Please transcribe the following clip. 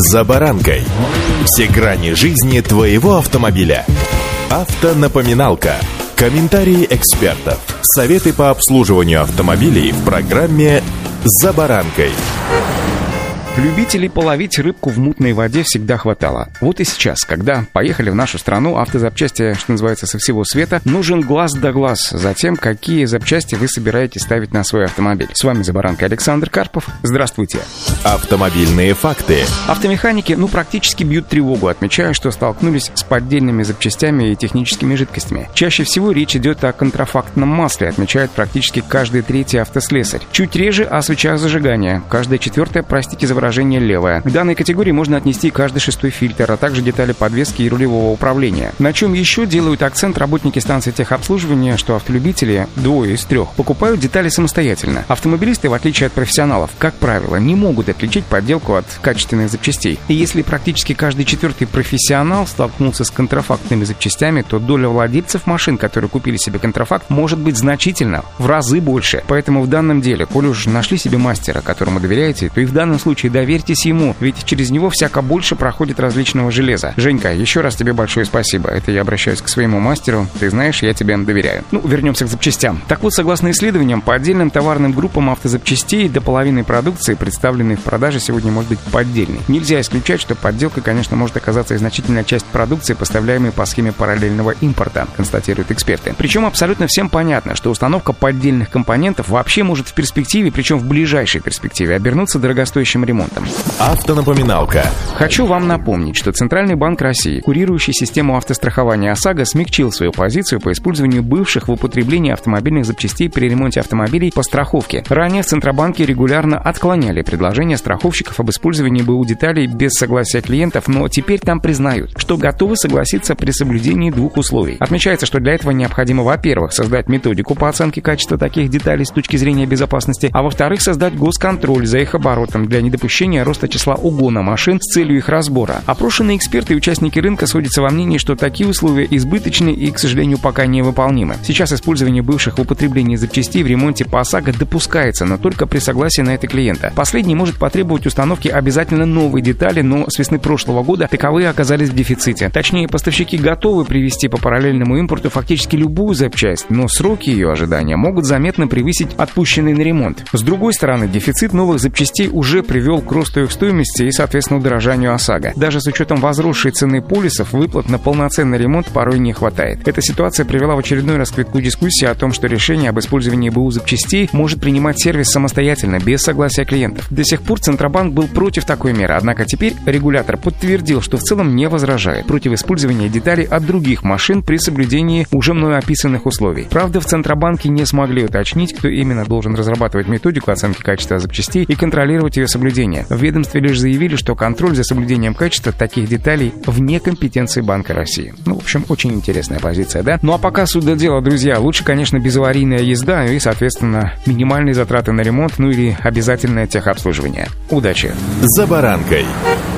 «За баранкой». Все грани жизни твоего автомобиля. Автонапоминалка. Комментарии экспертов. Советы по обслуживанию автомобилей в программе «За баранкой». Любителей половить рыбку в мутной воде всегда хватало. Вот и сейчас, когда поехали в нашу страну автозапчасти, что называется, со всего света, нужен глаз да глаз за тем, какие запчасти вы собираетесь ставить на свой автомобиль. С вами «За баранкой» Александр Карпов. Здравствуйте. Автомобильные факты. Автомеханики, практически бьют тревогу, отмечая, что столкнулись с поддельными запчастями и техническими жидкостями. Чаще всего речь идет о контрафактном масле, отмечает практически каждый третий автослесарь. Чуть реже о свечах зажигания. Каждая четвертая, простите за выражение, левая. К данной категории можно отнести каждый шестой фильтр, а также детали подвески и рулевого управления. На чем еще делают акцент работники станции техобслуживания, что автолюбители, 2 из 3, покупают детали самостоятельно. Автомобилисты, в отличие от профессионалов, как правило, не могут отличить подделку от качественных запчастей. И если практически каждый четвертый профессионал столкнулся с контрафактными запчастями, то доля владельцев машин, которые купили себе контрафакт, может быть значительно, в разы больше. Поэтому в данном деле, коль уж нашли себе мастера, которому доверяете, то и в данном случае доверьтесь ему, ведь через него всяко больше проходит различного железа. Женька, еще раз тебе большое спасибо. Это я обращаюсь к своему мастеру. Ты знаешь, я тебе доверяю. Вернемся к запчастям. Так вот, согласно исследованиям, по отдельным товарным группам автозапчастей до половины продукции, представленной в продаже, сегодня может быть поддельной. Нельзя исключать, что подделкой, конечно, может оказаться и значительная часть продукции, поставляемой по схеме параллельного импорта, констатируют эксперты. Причем абсолютно всем понятно, что установка поддельных компонентов вообще может в перспективе, причем в ближайшей перспективе, обернуться дорогостоящим ремонтом. Автонапоминалка. Хочу вам напомнить, что Центральный банк России, курирующий систему автострахования ОСАГО, смягчил свою позицию по использованию бывших в употреблении автомобильных запчастей при ремонте автомобилей по страховке. Ранее в Центробанке регулярно отклоняли предложения страховщиков об использовании БУ деталей без согласия клиентов, но теперь там признают, что готовы согласиться при соблюдении 2 условий. Отмечается, что для этого необходимо, во-первых, создать методику по оценке качества таких деталей с точки зрения безопасности, а во-вторых, создать госконтроль за их оборотом для недопущения роста числа угона машин с целью их разбора. Опрошенные эксперты и участники рынка сходятся во мнении, что такие условия избыточны и, к сожалению, пока невыполнимы. Сейчас использование бывших в употреблении запчастей в ремонте по ОСАГО допускается, но только при согласии на это клиента. Последний может потребовать установки обязательно новой детали, но с весны прошлого года таковые оказались в дефиците. Точнее, поставщики готовы привезти по параллельному импорту фактически любую запчасть, но сроки ее ожидания могут заметно превысить отпущенный на ремонт. С другой стороны, дефицит новых запчастей уже привел к росту их стоимости и, соответственно, удорожанию ОСАГО. Даже с учетом возросшей цены полисов, выплат на полноценный ремонт порой не хватает. Эта ситуация привела в очередной раз к витку дискуссии о том, что решение об использовании БУ запчастей может принимать сервис самостоятельно, без согласия клиентов. До сих пор Центробанк был против такой меры, однако теперь регулятор подтвердил, что в целом не возражает против использования деталей от других машин при соблюдении уже мною описанных условий. Правда, в Центробанке не смогли уточнить, кто именно должен разрабатывать методику оценки качества запчастей и контролировать ее соблюдение. В ведомстве лишь заявили, что контроль за соблюдением качества таких деталей вне компетенции Банка России. В общем, очень интересная позиция, да? А пока суть до дела, друзья, лучше, конечно, безаварийная езда и, соответственно, минимальные затраты на ремонт, или обязательное техобслуживание. Удачи! «За баранкой».